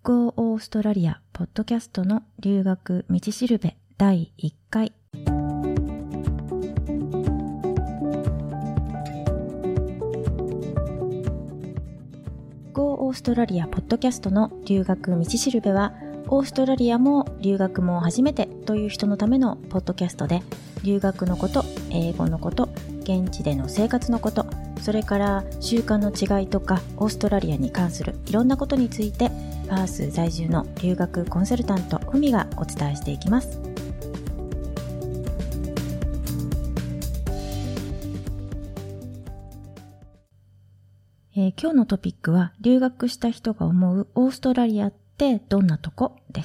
Go オーストラリアポッドキャストの留学道しるべ第1回。Go オーストラリアポッドキャストの留学道しるべは、オーストラリアも留学も初めてという人のためのポッドキャストで、留学のこと、英語のこと、現地での生活のこと、それから習慣の違いとかオーストラリアに関するいろんなことについて、パース在住の留学コンサルタントふみがお伝えしていきます。今日のトピックは、留学した人が思うオーストラリアってどんなとこです。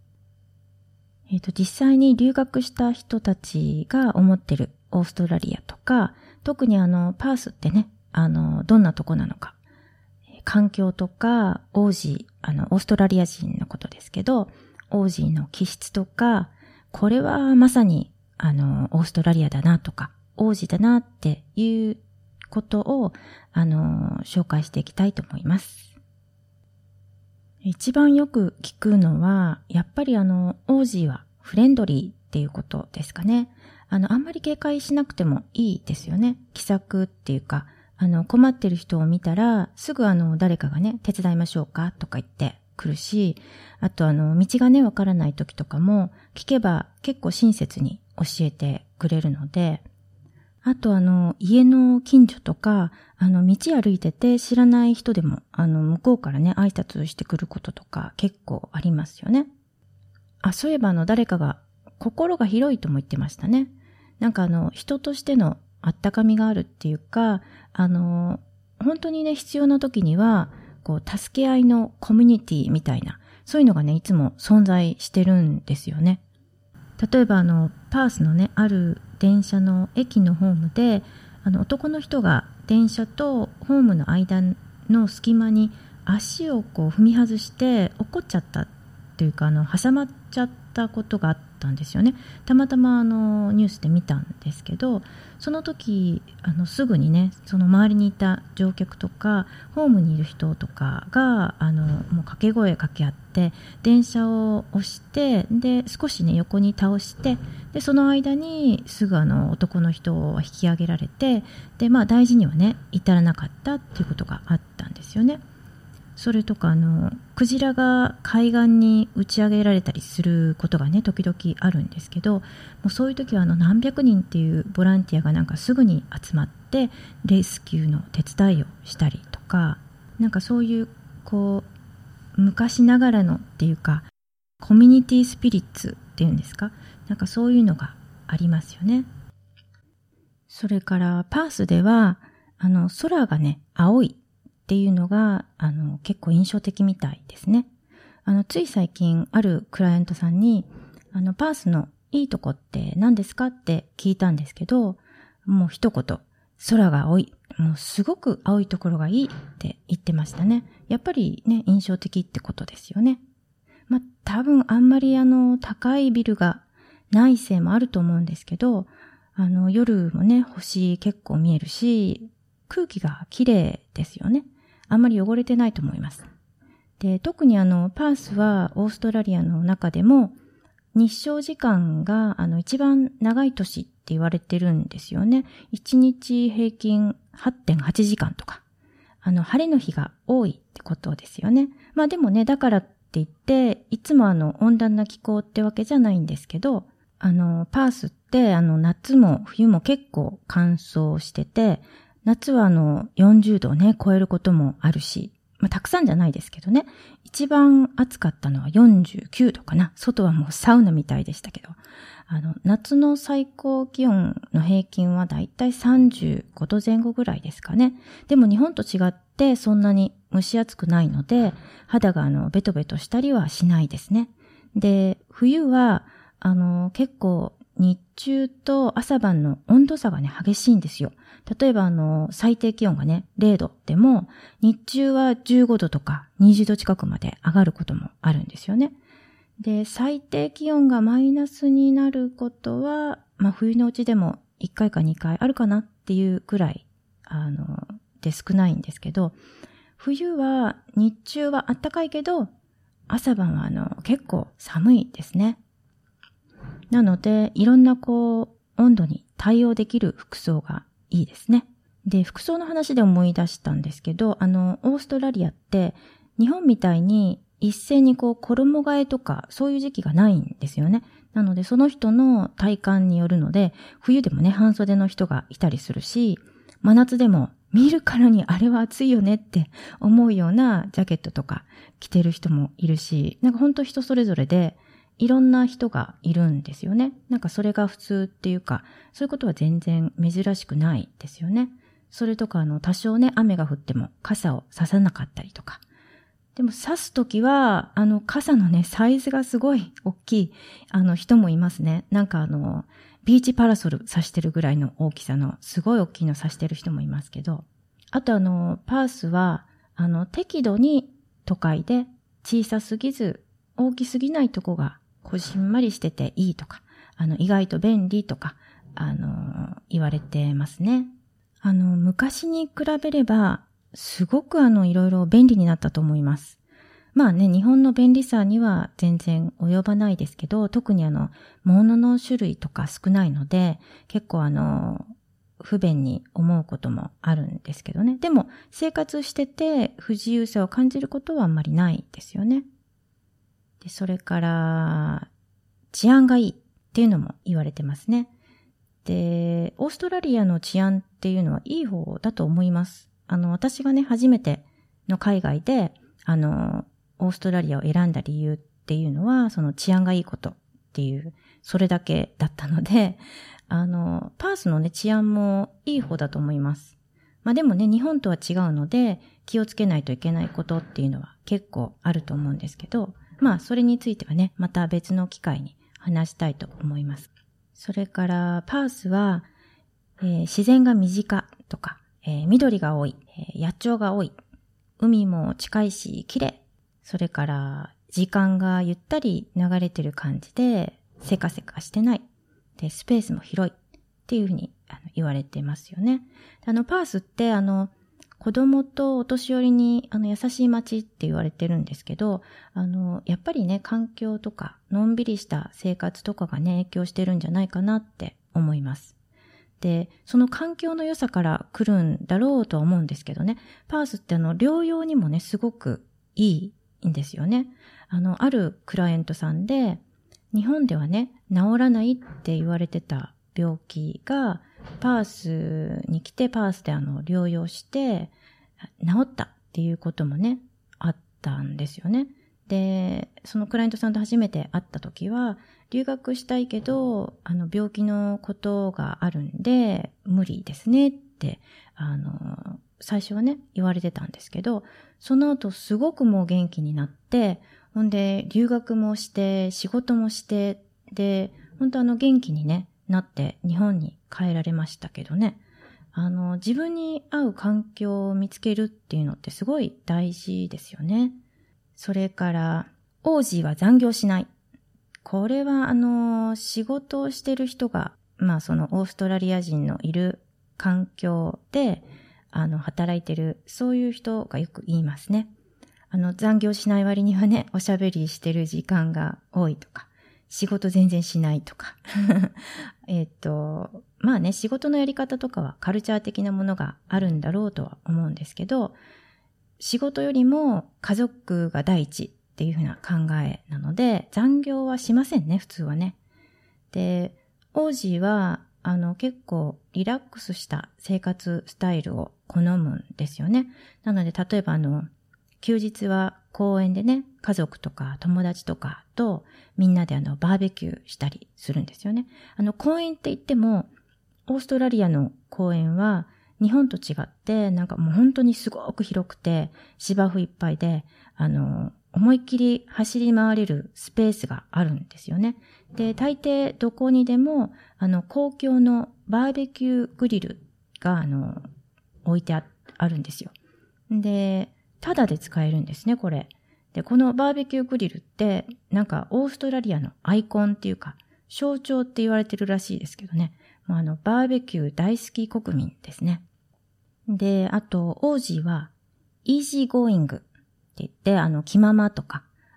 実際に留学した人たちが思ってるオーストラリアとか、特にパースってね、どんなとこなのか。環境とか、オーストラリア人のことですけど、オージーの気質とか、これはまさに、オーストラリアだなとか、オージーだなっていうことを、紹介していきたいと思います。一番よく聞くのは、やっぱりオージーはフレンドリーっていうことですかね。あんまり警戒しなくてもいいですよね。気さくっていうか、困ってる人を見たら、すぐ誰かがね、手伝いましょうかとか言ってくるし、あと道がね、わからない時とかも、聞けば結構親切に教えてくれるので、あと家の近所とか、道歩いてて知らない人でも、向こうからね、挨拶してくることとか結構ありますよね。そういえば誰かが、心が広いとも言ってましたね。なんか人としてのあったかみがあるっていうか、本当にね、必要な時には、助け合いのコミュニティみたいな、そういうのがね、いつも存在してるんですよね。例えばパースのね、ある電車の駅のホームで、男の人が電車とホームの間の隙間に足を踏み外して落っこっちゃったっていうか、挟まっちゃったことがあったんですよね。たまたまニュースで見たんですけど、その時すぐにね、その周りにいた乗客とかホームにいる人とかがもう掛け声かけ合って電車を押して、で少しね横に倒して、でその間にすぐ男の人は引き上げられて、で大事にはね至らなかったっていうことがあったんですよね。それとかクジラが海岸に打ち上げられたりすることがね時々あるんですけど、もうそういう時は何百人っていうボランティアがなんかすぐに集まってレスキューの手伝いをしたりとか、なんかそういう昔ながらのっていうかコミュニティスピリッツっていうんですか、なんかそういうのがありますよね。それからパースでは空がね青いっていうのが結構印象的みたいですね。つい最近あるクライアントさんにパースのいいとこって何ですかって聞いたんですけど、もう一言、空が青い、もうすごく青いところがいいって言ってましたね。やっぱりね、印象的ってことですよね。多分あんまり高いビルがないせいもあると思うんですけど、夜もね星結構見えるし、空気が綺麗ですよね。あんまり汚れてないと思います。で、特にパースはオーストラリアの中でも日照時間が一番長い都市って言われてるんですよね。1日平均 8.8 時間とか。晴れの日が多いってことですよね。でもね、だからって言って、いつも温暖な気候ってわけじゃないんですけど、パースって夏も冬も結構乾燥してて、夏は40度をね、超えることもあるし、たくさんじゃないですけどね。一番暑かったのは49度かな。外はもうサウナみたいでしたけど。夏の最高気温の平均はだいたい35度前後ぐらいですかね。でも日本と違ってそんなに蒸し暑くないので、肌がベトベトしたりはしないですね。で、冬は結構日中と朝晩の温度差がね、激しいんですよ。例えば最低気温がね、0度でも、日中は15度とか20度近くまで上がることもあるんですよね。で、最低気温がマイナスになることは、冬のうちでも1回か2回あるかなっていうくらい、で少ないんですけど、冬は日中は暖かいけど、 朝晩は結構寒いですね。なので、いろんな温度に対応できる服装がいいですね。で、服装の話で思い出したんですけど、オーストラリアって日本みたいに一斉に衣替えとかそういう時期がないんですよね。なのでその人の体感によるので、冬でもね、半袖の人がいたりするし、真夏でも見るからにあれは暑いよねって思うようなジャケットとか着てる人もいるし、なんかほんと人それぞれでいろんな人がいるんですよね。なんかそれが普通っていうか、そういうことは全然珍しくないですよね。それとか多少ね、雨が降っても傘を差さなかったりとか。でも差すときは、傘のね、サイズがすごい大きい、人もいますね。なんかビーチパラソル差してるぐらいの大きさの、すごい大きいの差してる人もいますけど。あとパースは、適度に都会で小さすぎず、大きすぎないとこがこじんまりしてていいとか、意外と便利とか、言われてますね。昔に比べれば、すごくいろいろ便利になったと思います。まあね、日本の便利さには全然及ばないですけど、特に物の種類とか少ないので、結構不便に思うこともあるんですけどね。でも、生活してて不自由さを感じることはあんまりないですよね。で、それから、治安がいいっていうのも言われてますね。で、オーストラリアの治安っていうのはいい方だと思います。私がね、初めての海外で、オーストラリアを選んだ理由っていうのは、その治安がいいことっていう、それだけだったので、パースのね、治安もいい方だと思います。まあでもね、日本とは違うので、気をつけないといけないことっていうのは結構あると思うんですけど、まあそれについてはね、また別の機会に話したいと思います。それから、パースは、自然が身近とか、緑が多い、野鳥が多い、海も近いし綺麗、それから時間がゆったり流れてる感じでせかせかしてない、でスペースも広いっていうふうに言われてますよね。パースって子供とお年寄りに優しい街って言われてるんですけど、やっぱりね、環境とかのんびりした生活とかがね、影響してるんじゃないかなって思います。で、その環境の良さから来るんだろうとは思うんですけどね、パースって療養にもね、すごくいいんですよね。あるクライアントさんで、日本ではね、治らないって言われてた病気が、パースに来て、パースで療養して、治ったっていうこともね、あったんですよね。で、そのクライアントさんと初めて会った時は、留学したいけど、病気のことがあるんで、無理ですねって、最初はね、言われてたんですけど、その後すごくもう元気になって、ほんで、留学もして、仕事もして、で、本当元気にね、なって日本に帰られましたけどね。自分に合う環境を見つけるっていうのってすごい大事ですよね。それから、オージーは残業しない。これは仕事をしてる人が、まあそのオーストラリア人のいる環境で、働いてる、そういう人がよく言いますね。残業しない割にはね、おしゃべりしてる時間が多いとか、仕事全然しないとか。まあね、仕事のやり方とかはカルチャー的なものがあるんだろうとは思うんですけど、仕事よりも家族が第一っていうふうな考えなので、残業はしませんね、普通はね。で、オージーは、結構リラックスした生活スタイルを好むんですよね。なので、例えば休日は公園でね、家族とか友達とかとみんなでバーベキューしたりするんですよね。公園って言っても、オーストラリアの公園は日本と違って、なんかもう本当にすごく広くて芝生いっぱいで、思いっきり走り回れるスペースがあるんですよね。で、大抵どこにでも、公共のバーベキューグリルが、置いてあるんですよ。で、タダで使えるんですね、これ。で、このバーベキューグリルって、なんかオーストラリアのアイコンっていうか、象徴って言われてるらしいですけどね。バーベキュー大好き国民ですね。で、あと、オージーは、イージーゴーイングって言って、気ままとか、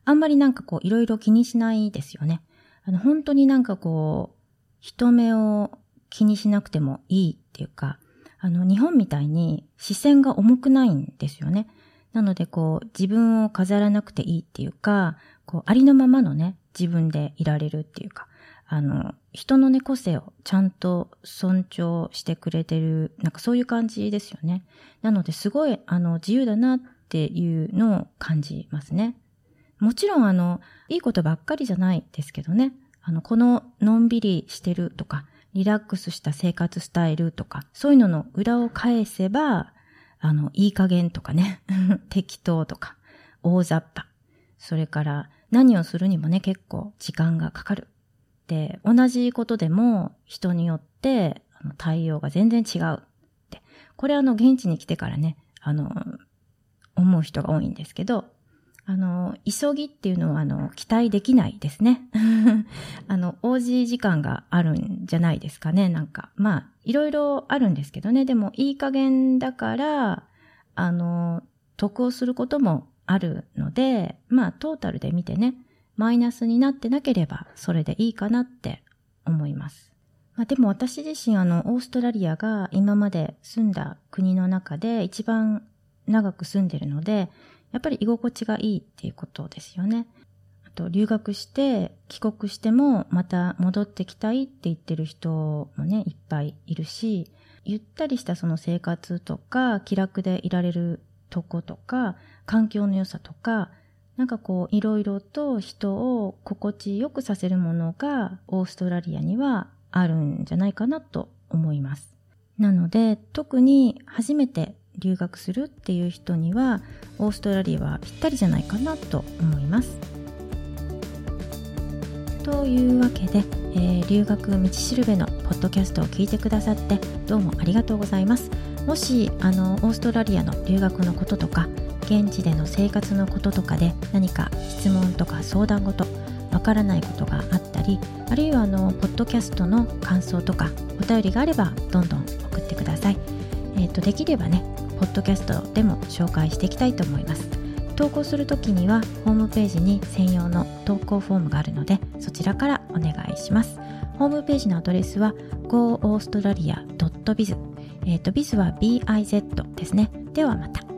あんまりなんかこういろいろ気にしないですよね。本当になんかこう、人目を気にしなくてもいいっていうか、日本みたいに視線が重くないんですよね。なのでこう、自分を飾らなくていいっていうか、こう、ありのままのね、自分でいられるっていうか、人のね、個性をちゃんと尊重してくれてる、なんかそういう感じですよね。なので、すごい、自由だなっていうのを感じますね。もちろん、いいことばっかりじゃないですけどね。この、のんびりしてるとか、リラックスした生活スタイルとか、そういうのの裏を返せば、いい加減とかね、適当とか、大雑把。それから、何をするにもね、結構時間がかかる。で、同じことでも人によって対応が全然違う。で、これ現地に来てからね、思う人が多いんですけど、急ぎっていうのは期待できないですね。応じ時間があるんじゃないですかね。なんか、まあ、いろいろあるんですけどね。でも、いい加減だから、得をすることもあるので、まあ、トータルで見てね、マイナスになってなければ、それでいいかなって思います。まあ、でも私自身、オーストラリアが今まで住んだ国の中で一番長く住んでるので、やっぱり居心地がいいっていうことですよね。あと、留学して帰国してもまた戻ってきたいって言ってる人もね、いっぱいいるし、ゆったりしたその生活とか、気楽でいられるとことか、環境の良さとか、なんかこう、いろいろと人を心地よくさせるものがオーストラリアにはあるんじゃないかなと思います。なので、特に初めて留学するっていう人にはオーストラリアはぴったりじゃないかなと思います。というわけで、留学道しるべのポッドキャストを聞いてくださってどうもありがとうございます。もしオーストラリアの留学のこととか現地での生活のこととかで何か質問とか相談事わからないことがあったり、あるいはポッドキャストの感想とかお便りがあればどんどん送ってください。できればね、ポッドキャストでも紹介していきたいと思います。投稿するときにはホームページに専用の投稿フォームがあるので、そちらからお願いします。ホームページのアドレスは goaustralia.biz、biz は biz ですね。ではまた。